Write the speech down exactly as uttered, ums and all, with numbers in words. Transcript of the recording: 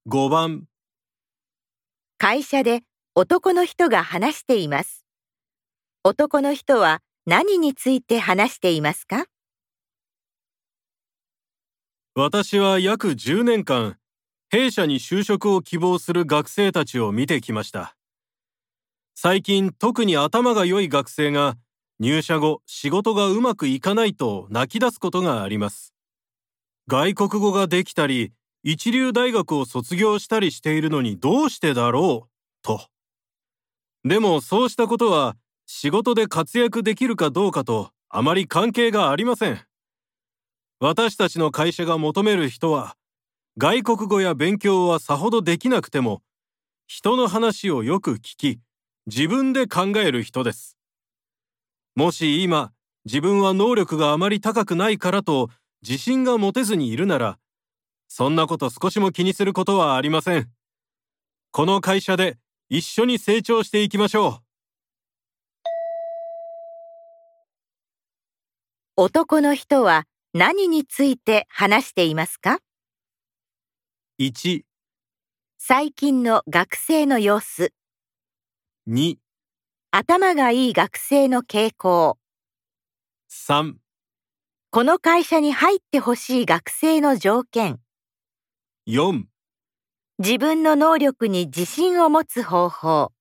ごばん、 会社で男の人が話しています。男の人は何について話していますか？ 私は約じゅうねんかん、弊社に就職を希望する学生たちを見てきました。最近特に頭が良い学生が入社後仕事がうまくいかないと泣き出すことがあります。外国語ができたり、一流大学を卒業したりしているのにどうしてだろうと。でもそうしたことは仕事で活躍できるかどうかとあまり関係がありません。私たちの会社が求める人は、外国語や勉強はさほどできなくても、人の話をよく聞き、自分で考える人です。もし今、自分は能力があまり高くないからと自信が持てずにいるなら、そんなこと少しも気にすることはありません。この会社で一緒に成長していきましょう。 男の人は何について話していますか？ いち、 最近の学生の様子。 に、 頭がいい学生の傾向。 さん、 この会社に入ってほしい学生の条件。 よん、 自分の能力に自信を持つ方法。